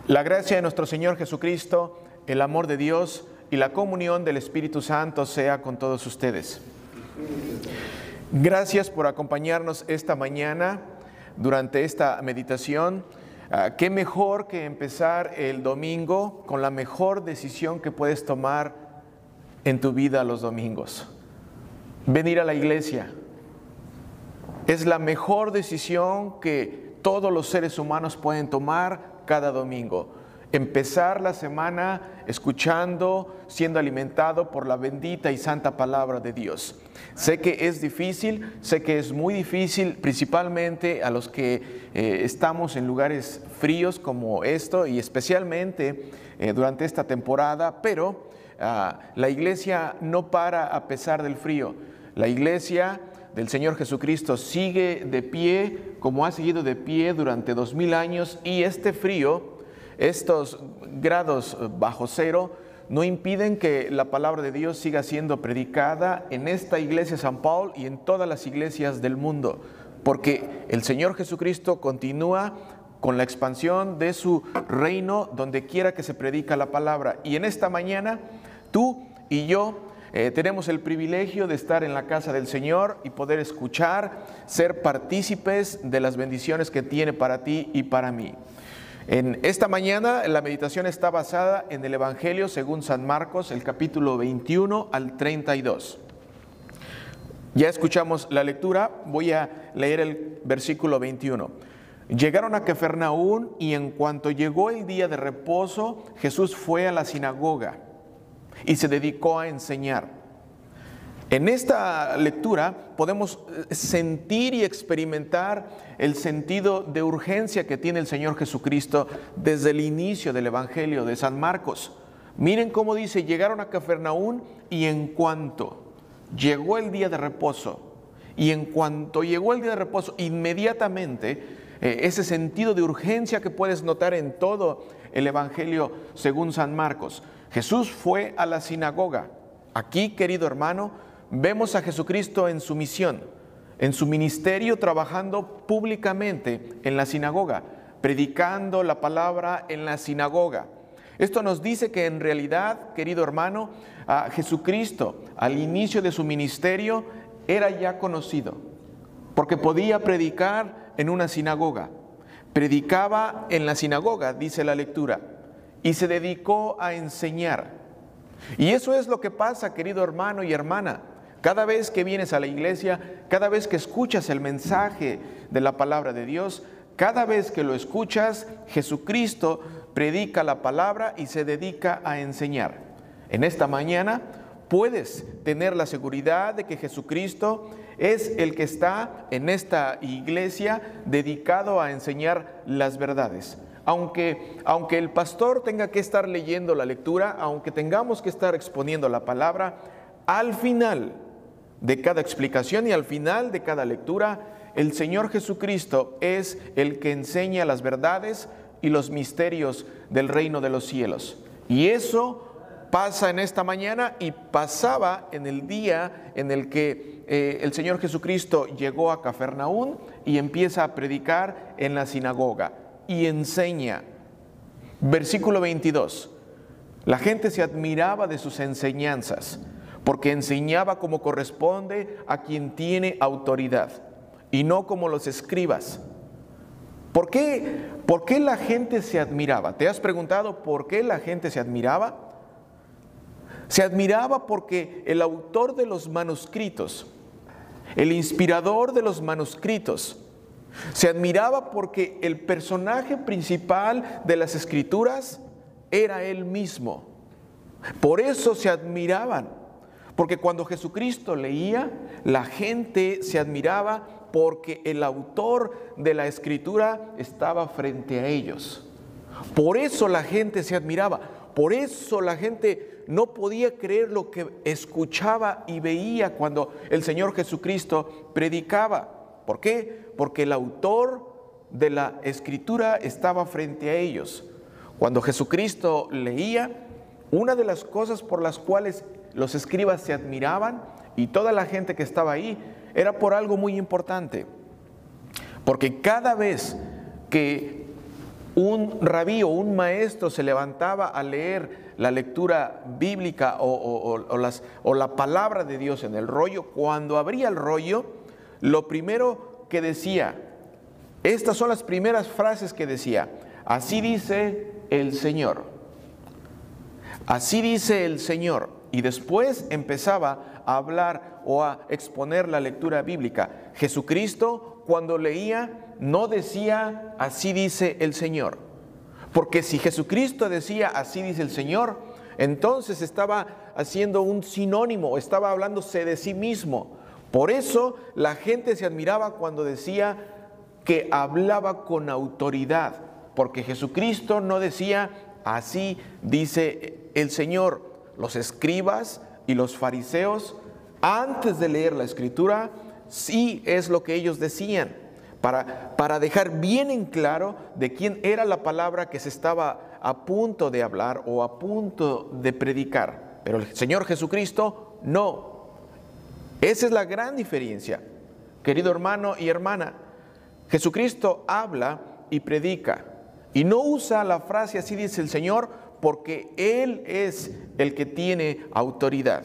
La gracia de nuestro Señor Jesucristo, el amor de Dios y la comunión del Espíritu Santo sea con todos ustedes. Gracias por acompañarnos esta mañana durante esta meditación. Qué mejor que empezar el domingo con la mejor decisión que puedes tomar en tu vida los domingos. Venir a la iglesia. Es la mejor decisión que todos los seres humanos pueden tomar cada domingo. Empezar la semana escuchando, siendo alimentado por la bendita y santa palabra de Dios. Sé que es difícil, sé que es muy difícil, principalmente a los que estamos en lugares fríos como esto y especialmente durante esta temporada, pero la iglesia no para a pesar del frío. La iglesia del Señor Jesucristo sigue de pie como ha seguido de pie durante 2000 años y este frío, estos grados bajo cero, no impiden que la palabra de Dios siga siendo predicada en esta iglesia San Pablo y en todas las iglesias del mundo, porque el Señor Jesucristo continúa con la expansión de su reino donde quiera que se predica la palabra. Y en esta mañana, tú y yo tenemos el privilegio de estar en la casa del Señor y poder escuchar, ser partícipes de las bendiciones que tiene para ti y para mí. En esta mañana la meditación está basada en el Evangelio según San Marcos, el capítulo 21 al 32. Ya escuchamos la lectura, voy a leer el versículo 21. Llegaron a Cafarnaún y en cuanto llegó el día de reposo, Jesús fue a la sinagoga y se dedicó a enseñar. En esta lectura podemos sentir y experimentar el sentido de urgencia que tiene el Señor Jesucristo desde el inicio del Evangelio de San Marcos. Miren cómo dice, llegaron a Cafarnaún y en cuanto llegó el día de reposo, y en cuanto llegó el día de reposo, inmediatamente ese sentido de urgencia que puedes notar en todo el Evangelio según San Marcos. Jesús fue a la sinagoga. Aquí, querido hermano, vemos a Jesucristo en su misión, en su ministerio, trabajando públicamente en la sinagoga, predicando la palabra en la sinagoga. Esto nos dice que en realidad, querido hermano, a Jesucristo al inicio de su ministerio era ya conocido, porque podía predicar en una sinagoga. Predicaba en la sinagoga, dice la lectura, y se dedicó a enseñar. Y eso es lo que pasa, querido hermano y hermana. Cada vez que vienes a la iglesia, cada vez que escuchas el mensaje de la palabra de Dios, cada vez que lo escuchas, Jesucristo predica la palabra y se dedica a enseñar. En esta mañana puedes tener la seguridad de que Jesucristo es el que está en esta iglesia dedicado a enseñar las verdades. Aunque el pastor tenga que estar leyendo la lectura, aunque tengamos que estar exponiendo la palabra, al final de cada explicación y al final de cada lectura, el Señor Jesucristo es el que enseña las verdades y los misterios del reino de los cielos. Y eso pasa en esta mañana y pasaba en el día en el que el Señor Jesucristo llegó a Cafarnaún y empieza a predicar en la sinagoga y enseña. Versículo 22. La gente se admiraba de sus enseñanzas, porque enseñaba como corresponde a quien tiene autoridad, y no como los escribas. ¿Por qué la gente se admiraba? ¿Te has preguntado por qué la gente se admiraba? Se admiraba porque el autor de los manuscritos, el inspirador de los manuscritos, se admiraba porque el personaje principal de las Escrituras era él mismo. Por eso se admiraban, porque cuando Jesucristo leía, la gente se admiraba porque el autor de la Escritura estaba frente a ellos. Por eso la gente se admiraba, por eso la gente no podía creer lo que escuchaba y veía cuando el Señor Jesucristo predicaba. ¿Por qué? Porque el autor de la Escritura estaba frente a ellos. Cuando Jesucristo leía, una de las cosas por las cuales los escribas se admiraban y toda la gente que estaba ahí era por algo muy importante. Porque cada vez que un rabí o un maestro se levantaba a leer la lectura bíblica o la palabra de Dios en el rollo, cuando abría el rollo, lo primero que decía, estas son las primeras frases que decía: así dice el Señor. Así dice el Señor. Y después empezaba a hablar o a exponer la lectura bíblica. Jesucristo, cuando leía, no decía así dice el Señor. Porque si Jesucristo decía así dice el Señor, entonces estaba haciendo un sinónimo, estaba hablándose de sí mismo. Por eso la gente se admiraba cuando decía que hablaba con autoridad, porque Jesucristo no decía así dice el Señor. Los escribas y los fariseos, antes de leer la Escritura, sí es lo que ellos decían, para dejar bien en claro de quién era la palabra que se estaba a punto de hablar o a punto de predicar. Pero el Señor Jesucristo no. Esa es la gran diferencia, querido hermano y hermana. Jesucristo habla y predica, y no usa la frase así dice el Señor, porque Él es el que tiene autoridad.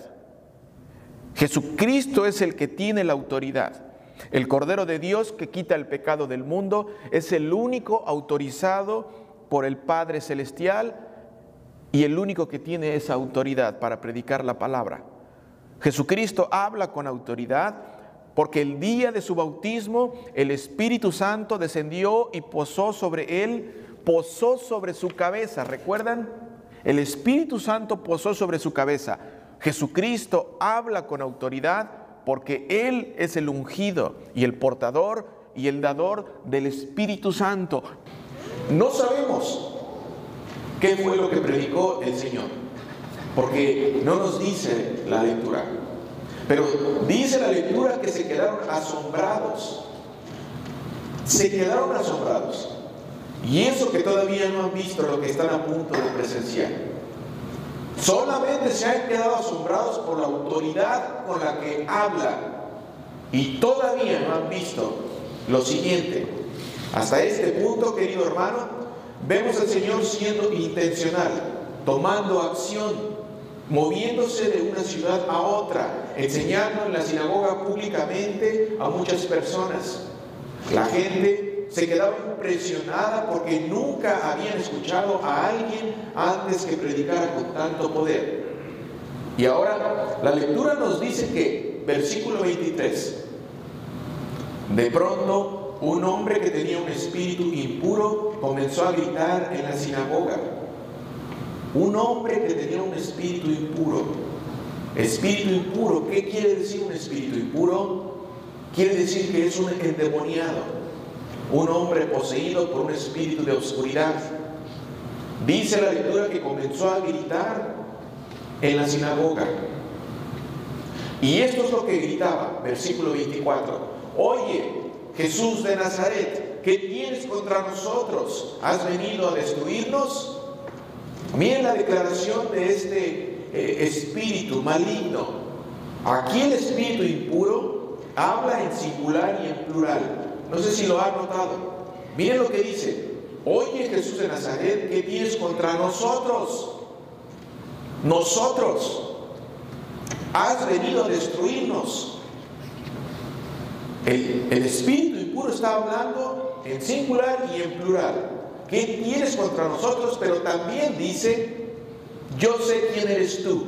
Jesucristo es el que tiene la autoridad. El Cordero de Dios que quita el pecado del mundo es el único autorizado por el Padre Celestial y el único que tiene esa autoridad para predicar la palabra. Jesucristo habla con autoridad porque el día de su bautismo el Espíritu Santo descendió y posó sobre Él, posó sobre su cabeza. ¿Recuerdan? El Espíritu Santo posó sobre su cabeza. Jesucristo habla con autoridad porque Él es el ungido y el portador y el dador del Espíritu Santo. No sabemos qué fue lo que predicó el Señor, porque no nos dice la lectura. Pero dice la lectura que se quedaron asombrados. Se quedaron asombrados. Y eso que todavía no han visto lo que están a punto de presenciar. Solamente se han quedado asombrados por la autoridad con la que habla. Y todavía no han visto lo siguiente. Hasta este punto, querido hermano, vemos al Señor siendo intencional, tomando acción, moviéndose de una ciudad a otra, enseñando en la sinagoga públicamente a muchas personas. La gente se quedaba impresionada porque nunca habían escuchado a alguien antes que predicara con tanto poder. Y ahora la lectura nos dice que, versículo 23, de pronto un hombre que tenía un espíritu impuro comenzó a gritar en la sinagoga. Un hombre que tenía un espíritu impuro. Espíritu impuro, ¿qué quiere decir un espíritu impuro? Quiere decir que es un endemoniado. Un hombre poseído por un espíritu de oscuridad. Dice la lectura que comenzó a gritar en la sinagoga. Y esto es lo que gritaba, versículo 24. Oye, Jesús de Nazaret, ¿qué tienes contra nosotros? ¿Has venido a destruirnos? Miren la declaración de este espíritu maligno. Aquí el espíritu impuro habla en singular y en plural. No sé si lo han notado. Miren lo que dice. Oye, Jesús de Nazaret, ¿qué tienes contra nosotros? Nosotros. Has venido a destruirnos. El espíritu impuro está hablando en singular y en plural. ¿Qué tienes contra nosotros? Pero también dice, yo sé quién eres tú.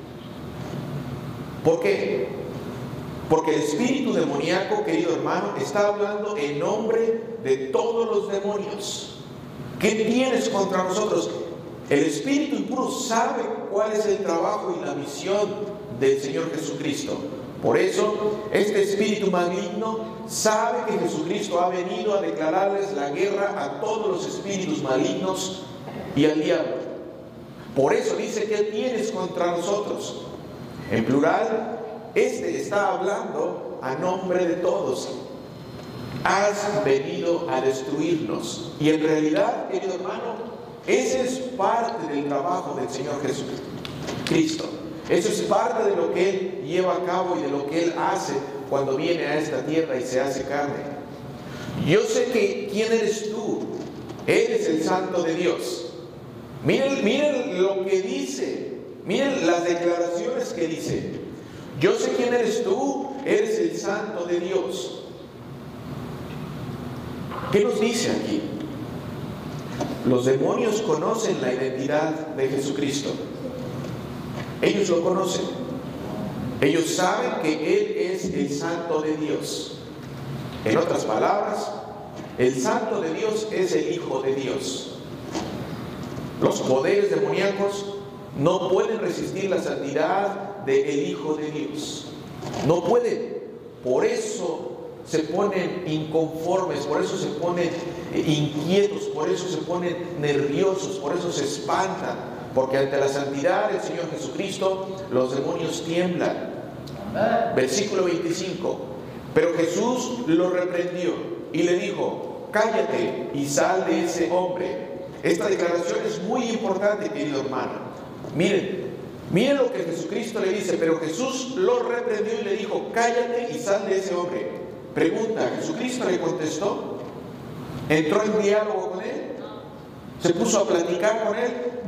¿Por qué? Porque el espíritu demoníaco, querido hermano, está hablando en nombre de todos los demonios. ¿Qué tienes contra nosotros? El espíritu impuro sabe cuál es el trabajo y la misión del Señor Jesucristo. Por eso, este espíritu maligno sabe que Jesucristo ha venido a declararles la guerra a todos los espíritus malignos y al diablo. Por eso dice, ¿qué tienes contra nosotros? En plural, este está hablando a nombre de todos. Has venido a destruirnos. Y en realidad, querido hermano, ese es parte del trabajo del Señor Jesucristo. Eso es parte de lo que Él lleva a cabo y de lo que Él hace cuando viene a esta tierra y se hace carne. Yo sé que quién eres tú. eres el Santo de Dios. Miren lo que dice, miren las declaraciones que dice. Yo sé quién eres tú, eres el Santo de Dios. ¿Qué nos dice aquí? Los demonios conocen la identidad de Jesucristo. Ellos lo conocen. Ellos saben que Él es el Santo de Dios. En otras palabras, el Santo de Dios es el Hijo de Dios. Los poderes demoníacos no pueden resistir la santidad del Hijo de Dios. No pueden. Por eso se ponen inconformes, por eso se ponen inquietos, por eso se ponen nerviosos, por eso se espantan, porque ante la santidad del Señor Jesucristo los demonios tiemblan. Versículo 25. Pero Jesús lo reprendió y le dijo: cállate y sal de ese hombre. Esta declaración es muy importante, querido hermano. Miren lo que Jesucristo le dice. Pero Jesús lo reprendió y le dijo: cállate y sal de ese hombre. Pregunta: ¿Jesucristo le contestó? ¿Entró en diálogo con él? ¿Se puso a platicar con él?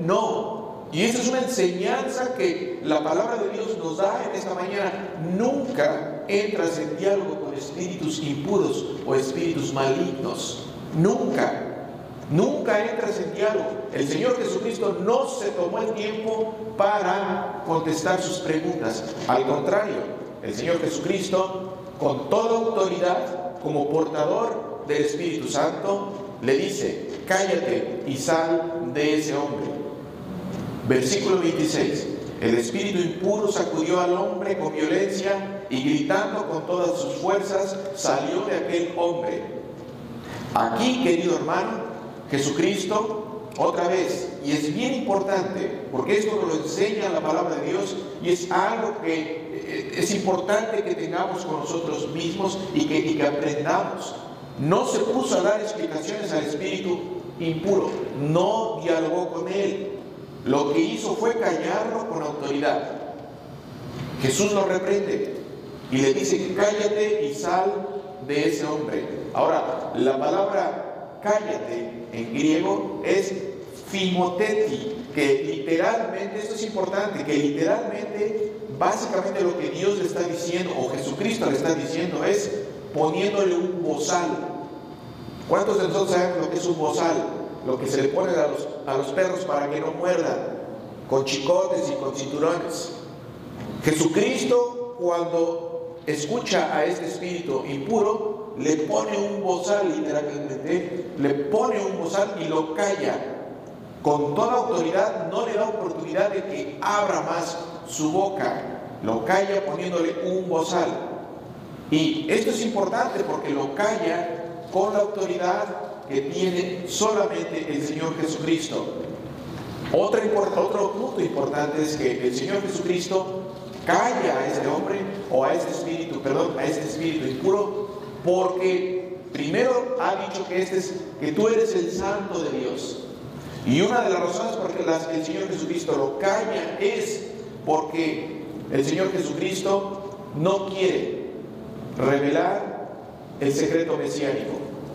No. Y esa es una enseñanza que la palabra de Dios nos da en esta mañana. Nunca entras en diálogo con espíritus impuros o espíritus malignos. Nunca. Nunca entras en diálogo. El Señor Jesucristo no se tomó el tiempo para contestar sus preguntas. Al contrario, el Señor Jesucristo, con toda autoridad, como portador del Espíritu Santo, le dice: cállate y sal de ese hombre. Versículo 26. El espíritu impuro sacudió al hombre con violencia y gritando con todas sus fuerzas salió de aquel hombre. Aquí, querido hermano, Jesucristo, otra vez, y es bien importante, porque esto nos lo enseña la palabra de Dios, y es algo que es importante que tengamos con nosotros mismos y que aprendamos. No se puso a dar explicaciones al espíritu impuro, no dialogó con él. Lo que hizo fue callarlo con autoridad. Jesús lo reprende y le dice: cállate y sal de ese hombre. Ahora, la palabra cállate en griego es phimoteti, que literalmente, esto es importante, que literalmente, básicamente lo que Dios le está diciendo, o Jesucristo le está diciendo, es poniéndole un bozal. ¿Cuántos de nosotros saben lo que es un bozal? Lo que se le pone a los perros para que no muerdan, con chicotes y con cinturones. Jesucristo, cuando escucha a este espíritu impuro, le pone un bozal, literalmente, le pone un bozal y lo calla. Con toda autoridad, no le da oportunidad de que abra más su boca. Lo calla poniéndole un bozal. Y esto es importante porque lo calla con la autoridad que tiene solamente el Señor Jesucristo. Otro punto importante es que el Señor Jesucristo calla a este hombre, o a este espíritu impuro, porque primero ha dicho que tú eres el Santo de Dios. Y una de las razones por las que el Señor Jesucristo lo calla es porque el Señor Jesucristo no quiere revelar el secreto mesiánico.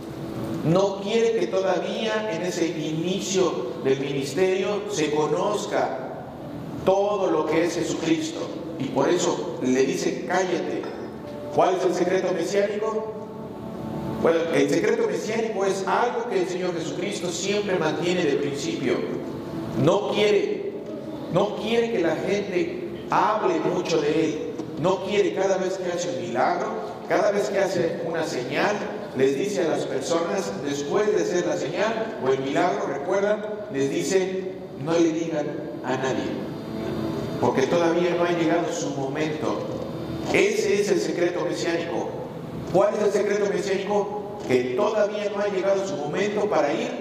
No quiere que todavía en ese inicio del ministerio se conozca todo lo que es Jesucristo. Y por eso le dice: cállate. ¿Cuál es el secreto mesiánico? Bueno, el secreto mesiánico es algo que el Señor Jesucristo siempre mantiene de principio. No quiere que la gente hable mucho de Él. No quiere, cada vez que hace un milagro, cada vez que hace una señal, les dice a las personas, después de hacer la señal o el milagro, recuerdan, les dice: no le digan a nadie, porque todavía no ha llegado su momento. Ese es el secreto mesiánico. ¿Cuál es el secreto mesiánico? Que todavía no ha llegado su momento para ir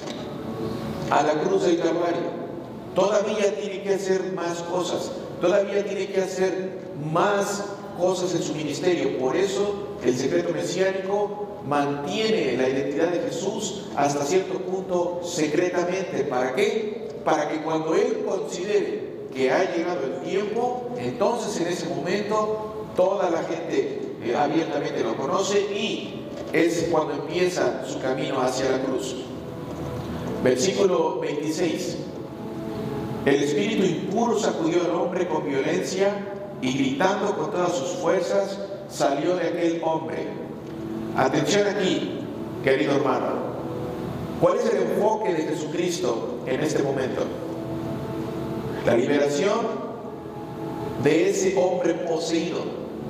a la cruz del Calvario. Todavía tiene que hacer más cosas, todavía tiene que hacer más cosas en su ministerio. Por eso el secreto mesiánico mantiene la identidad de Jesús hasta cierto punto secretamente. ¿Para qué? Para que cuando Él considere que ha llegado el tiempo, entonces en ese momento toda la gente abiertamente lo conoce, y es cuando empieza su camino hacia la cruz. Versículo 26. El espíritu impuro sacudió al hombre con violencia y gritando con todas sus fuerzas salió de aquel hombre. Atención aquí, querido hermano. ¿Cuál es el enfoque de Jesucristo en este momento? La liberación de ese hombre poseído.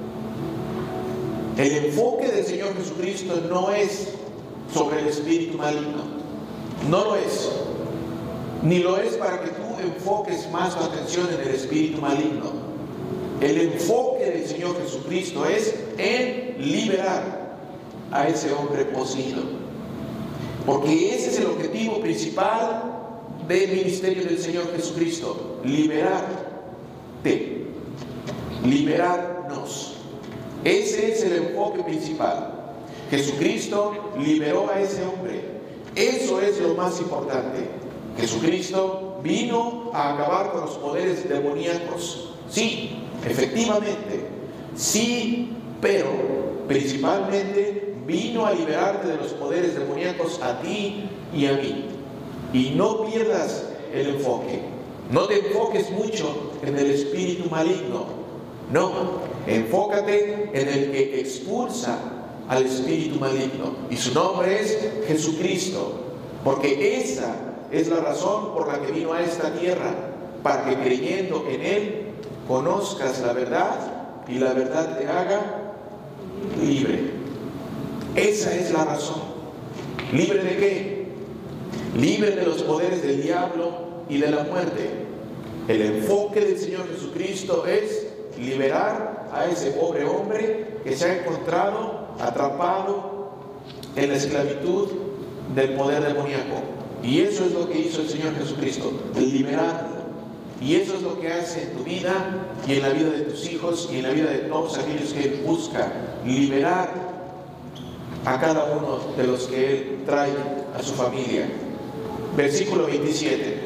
El enfoque del Señor Jesucristo no es sobre el espíritu maligno. No lo es. Ni lo es para que tú enfoques más tu atención en el espíritu maligno. El enfoque del Señor Jesucristo es en liberar a ese hombre poseído. Porque ese es el objetivo principal del ministerio del Señor Jesucristo. Liberarte. Liberarnos. Ese es el enfoque principal. Jesucristo liberó a ese hombre. Eso es lo más importante. Jesucristo vino a acabar con los poderes demoníacos. Sí, efectivamente. Sí, pero principalmente vino a liberarte de los poderes demoníacos a ti y a mí. Y no pierdas el enfoque. No te enfoques mucho en el espíritu maligno. No, enfócate en el que expulsa al espíritu maligno. Y su nombre es Jesucristo. Porque esa es la razón por la que vino a esta tierra. Para que creyendo en Él conozcas la verdad y la verdad te haga libre. Esa es la razón. ¿Libre de qué? Libre de los poderes del diablo y de la muerte. El enfoque del Señor Jesucristo es liberar a ese pobre hombre que se ha encontrado atrapado en la esclavitud del poder demoníaco. Y eso es lo que hizo el Señor Jesucristo, liberarlo. Y eso es lo que hace en tu vida y en la vida de tus hijos y en la vida de todos aquellos que Él busca, liberar a cada uno de los que Él trae a su familia. Versículo 27.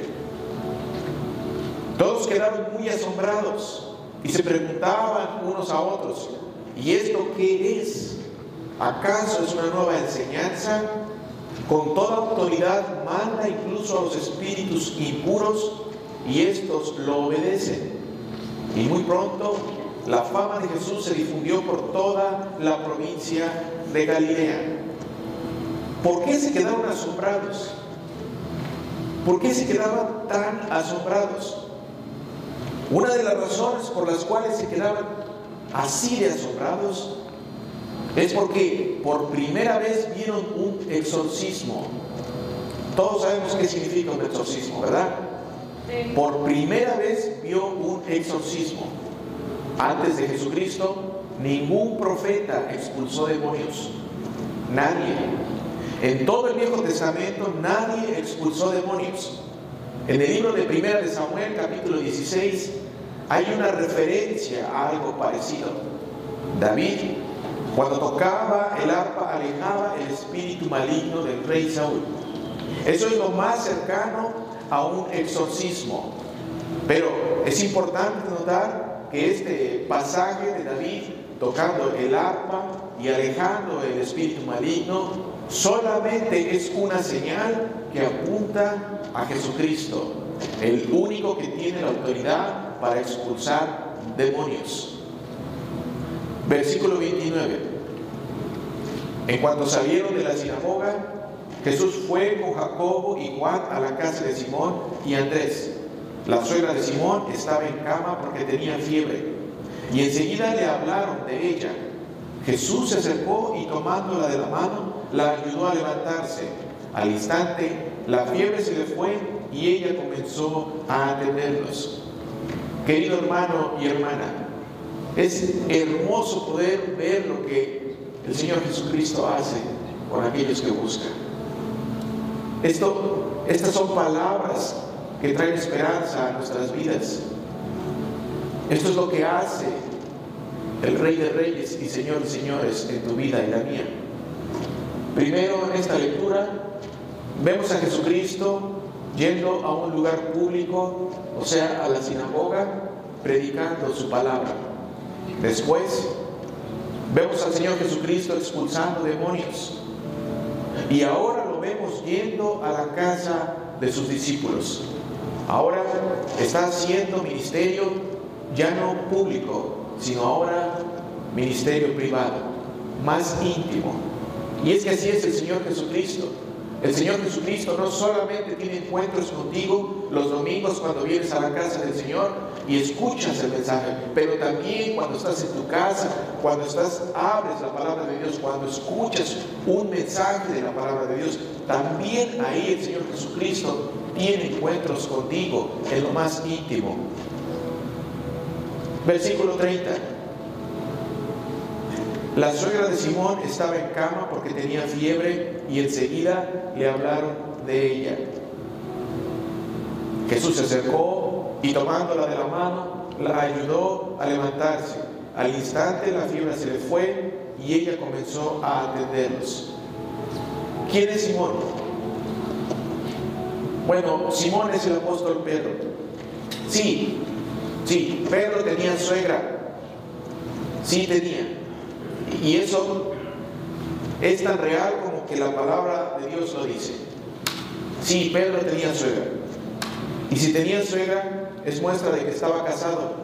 Todos quedaron muy asombrados y se preguntaban unos a otros: ¿y esto qué es? ¿Acaso es una nueva enseñanza? Con toda autoridad manda incluso a los espíritus impuros y estos lo obedecen. Y muy pronto la fama de Jesús se difundió por toda la provincia de Galilea. ¿Por qué se quedaron asombrados? ¿Por qué se quedaban tan asombrados? Una de las razones por las cuales se quedaban así de asombrados es porque por primera vez vieron un exorcismo. Todos sabemos qué significa un exorcismo, ¿verdad? Sí. Por primera vez vio un exorcismo. Antes de Jesucristo, ningún profeta expulsó demonios. Nadie. En todo el Viejo Testamento, nadie expulsó demonios. En el libro de Primera de Samuel, capítulo 16, hay una referencia a algo parecido. David, cuando tocaba el arpa, alejaba el espíritu maligno del rey Saúl. Eso es lo más cercano a un exorcismo. Pero es importante notar que este pasaje de David tocando el arpa y alejando el espíritu maligno solamente es una señal que apunta a Jesucristo, el único que tiene la autoridad para expulsar demonios. Versículo 29. En cuanto salieron de la sinagoga, Jesús fue con Jacobo y Juan a la casa de Simón y Andrés. La suegra de Simón estaba en cama porque tenía fiebre, y enseguida le hablaron de ella. Jesús se acercó y tomándola de la mano, la ayudó a levantarse. Al instante, la fiebre se le fue y ella comenzó a atenderlos. Querido hermano y hermana, es hermoso poder ver lo que el Señor Jesucristo hace con aquellos que buscan. Estas son palabras que traen esperanza a nuestras vidas. Esto es lo que hace el Rey de Reyes y Señor de Señores en tu vida y la mía. Primero, en esta lectura, vemos a Jesucristo yendo a un lugar público, o sea, a la sinagoga, predicando su palabra. Después, vemos al Señor Jesucristo expulsando demonios. Y ahora lo vemos vemos yendo a la casa de sus discípulos. Ahora está haciendo ministerio ya no público, sino ahora ministerio privado, más íntimo. Y es que así es el Señor Jesucristo. El Señor Jesucristo no solamente tiene encuentros contigo los domingos cuando vienes a la casa del Señor y escuchas el mensaje, pero también cuando estás en tu casa, cuando abres la palabra de Dios, cuando escuchas un mensaje de la palabra de Dios, también ahí el Señor Jesucristo tiene encuentros contigo en lo más íntimo. Versículo 30. La suegra de Simón estaba en cama porque tenía fiebre y enseguida le hablaron de ella. Jesús se acercó y tomándola de la mano, la ayudó a levantarse. Al instante la fiebre se le fue y ella comenzó a atenderlos. ¿Quién es Simón? Bueno, Simón es el apóstol Pedro. Sí, Pedro tenía suegra. Sí tenía. Y eso es tan real como que la palabra de Dios lo dice. Sí, Pedro tenía suegra. Y si tenía suegra, es muestra de que estaba casado.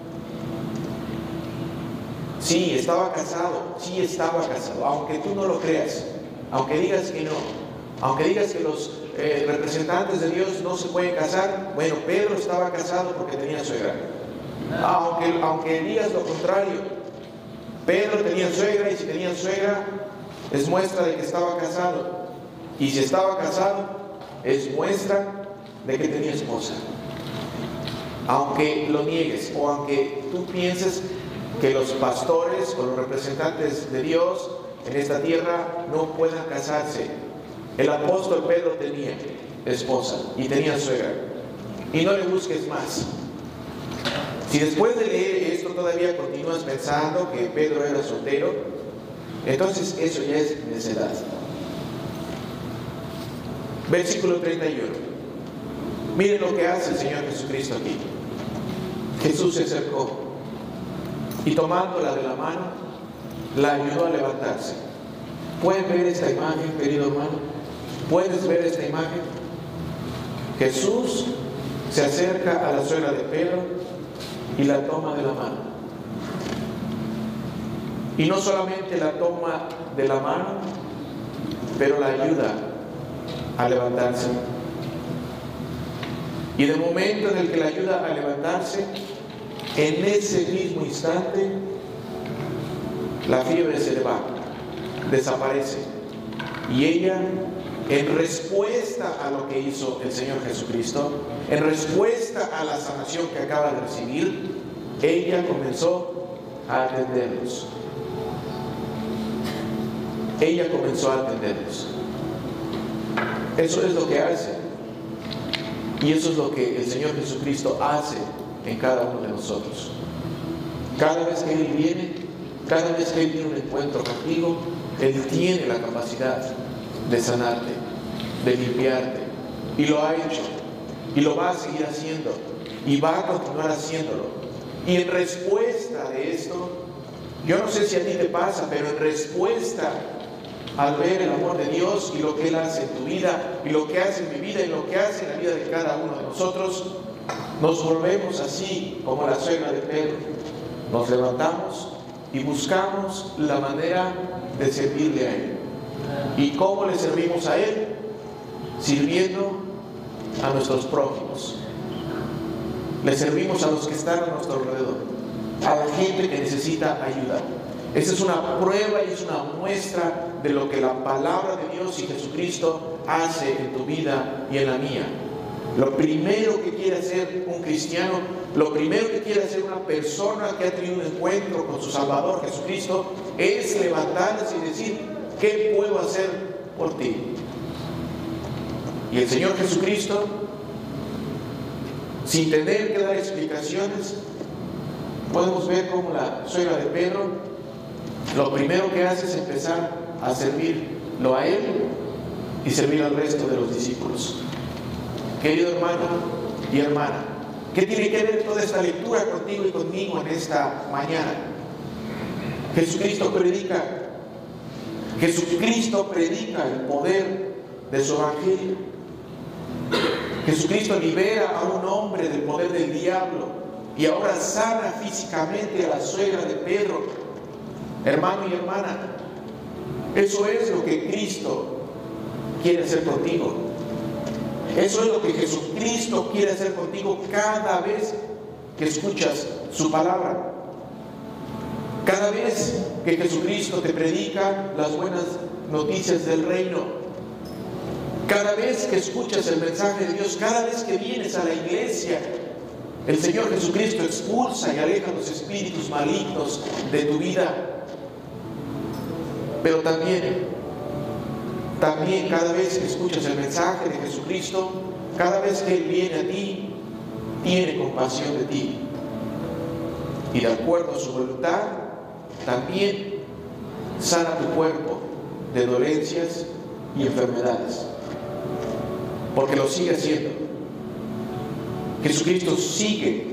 Sí, estaba casado. Sí, estaba casado. Aunque tú no lo creas. Aunque digas que no. Aunque digas que los representantes de Dios no se pueden casar. Bueno, Pedro estaba casado porque tenía suegra. Aunque digas lo contrario. Pedro tenía suegra, y si tenía suegra es muestra de que estaba casado, y si estaba casado es muestra de que tenía esposa. Aunque lo niegues o aunque tú pienses que los pastores o los representantes de Dios en esta tierra no puedan casarse, el apóstol Pedro tenía esposa y tenía suegra. Y no le busques más. Si después de leer esto todavía continúas pensando que Pedro era soltero, entonces eso ya es necedad. Versículo 31. Miren lo que hace el Señor Jesucristo aquí. Jesús se acercó y tomándola de la mano, la ayudó a levantarse. ¿Pueden ver esta imagen, querido hermano? ¿Puedes ver esta imagen? Jesús se acerca a la suegra de Pedro y la toma de la mano. Y no solamente la toma de la mano, pero la ayuda a levantarse. Y en el momento en el que la ayuda a levantarse, en ese mismo instante, la fiebre se le va, desaparece. Y ella, en respuesta a lo que hizo el Señor Jesucristo, en respuesta a la sanación que acaba de recibir, ella comenzó a atenderlos. Ella comenzó a atenderlos. Eso es lo que hace. Y eso es lo que el Señor Jesucristo hace en cada uno de nosotros. Cada vez que Él viene, cada vez que Él tiene un encuentro contigo, Él tiene la capacidad de sanarte, de limpiarte. Y lo ha hecho. Y lo va a seguir haciendo. Y va a continuar haciéndolo. Y en respuesta de esto, yo no sé si a ti te pasa, pero en respuesta al ver el amor de Dios y lo que Él hace en tu vida, y lo que hace en mi vida, y lo que hace en la vida de cada uno de nosotros, nos volvemos así como la suegra de Pedro. Nos levantamos y buscamos la manera de servirle a Él. ¿Y cómo le servimos a Él? Sirviendo a nuestros prójimos. Le servimos a los que están a nuestro alrededor, a la gente que necesita ayuda. Esa es una prueba y es una muestra de lo que la palabra de Dios y Jesucristo hace en tu vida y en la mía. Lo primero que quiere hacer un cristiano, lo primero que quiere hacer una persona que ha tenido un encuentro con su Salvador Jesucristo, es levantarse y decir: ¿qué puedo hacer por ti? Y el Señor Jesucristo, sin tener que dar explicaciones, podemos ver cómo la suegra de Pedro, lo primero que hace es empezar a servirlo a Él y servir al resto de los discípulos. Querido hermano y hermana, ¿qué tiene que ver toda esta lectura contigo y conmigo en esta mañana? Jesucristo predica el poder de su evangelio. Jesucristo libera a un hombre del poder del diablo y ahora sana físicamente a la suegra de Pedro. Hermano y hermana, eso es lo que Cristo quiere hacer contigo. Eso es lo que Jesucristo quiere hacer contigo cada vez que escuchas su palabra. Cada vez que Jesucristo te predica las buenas noticias del reino. Cada vez que escuchas el mensaje de Dios, cada vez que vienes a la iglesia, el Señor Jesucristo expulsa y aleja los espíritus malignos de tu vida. Pero también cada vez que escuchas el mensaje de Jesucristo, cada vez que Él viene a ti, tiene compasión de ti. Y de acuerdo a su voluntad, también sana tu cuerpo de dolencias y enfermedades. Porque lo sigue haciendo. Jesucristo sigue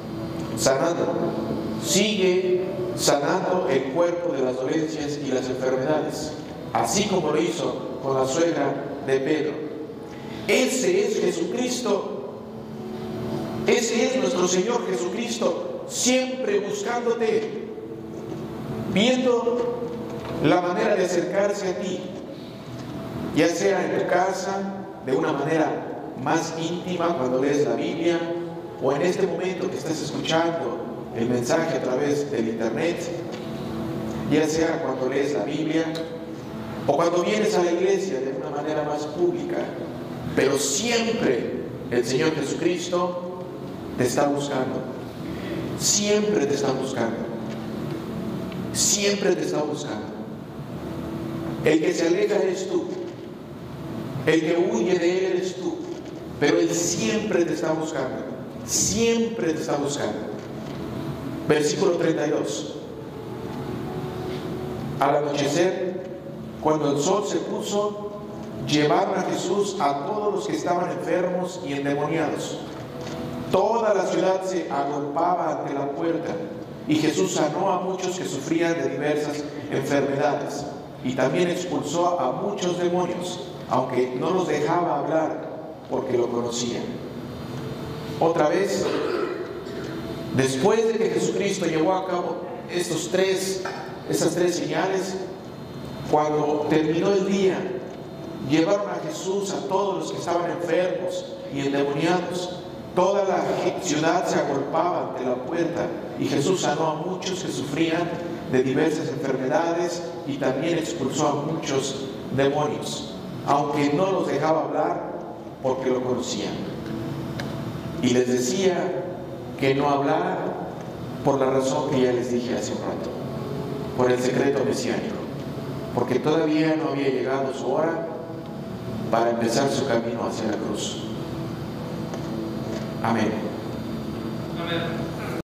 sanando el cuerpo de las dolencias y las enfermedades, así como lo hizo con la suegra de Pedro. Ese es Jesucristo. Ese es nuestro Señor Jesucristo, siempre buscándote, viendo la manera de acercarse a ti, ya sea en tu casa, de una manera más íntima cuando lees la Biblia, o en este momento que estás escuchando el mensaje a través del internet, ya sea cuando lees la Biblia, o cuando vienes a la iglesia de una manera más pública. Pero siempre el Señor Jesucristo te está buscando. Siempre te está buscando. Siempre te está buscando. El que se aleja eres tú. El que huye de Él eres tú. Pero Él siempre te está buscando. Siempre te está buscando. Versículo 32. Al anochecer, cuando el sol se puso, llevaron a Jesús a todos los que estaban enfermos y endemoniados. Toda la ciudad se agolpaba ante la puerta, y Jesús sanó a muchos que sufrían de diversas enfermedades, y también expulsó a muchos demonios, aunque no los dejaba hablar, porque lo conocían. Otra vez, después de que Jesucristo llevó a cabo esas tres señales, cuando terminó el día, llevaron a Jesús a todos los que estaban enfermos y endemoniados. Toda la ciudad se agolpaba ante la puerta, y Jesús sanó a muchos que sufrían de diversas enfermedades, y también expulsó a muchos demonios, aunque no los dejaba hablar, porque lo conocían. Y les decía que no hablaran por la razón que ya les dije hace un rato, por el secreto mesiánico, porque todavía no había llegado su hora para empezar su camino hacia la cruz. Amén. Amén.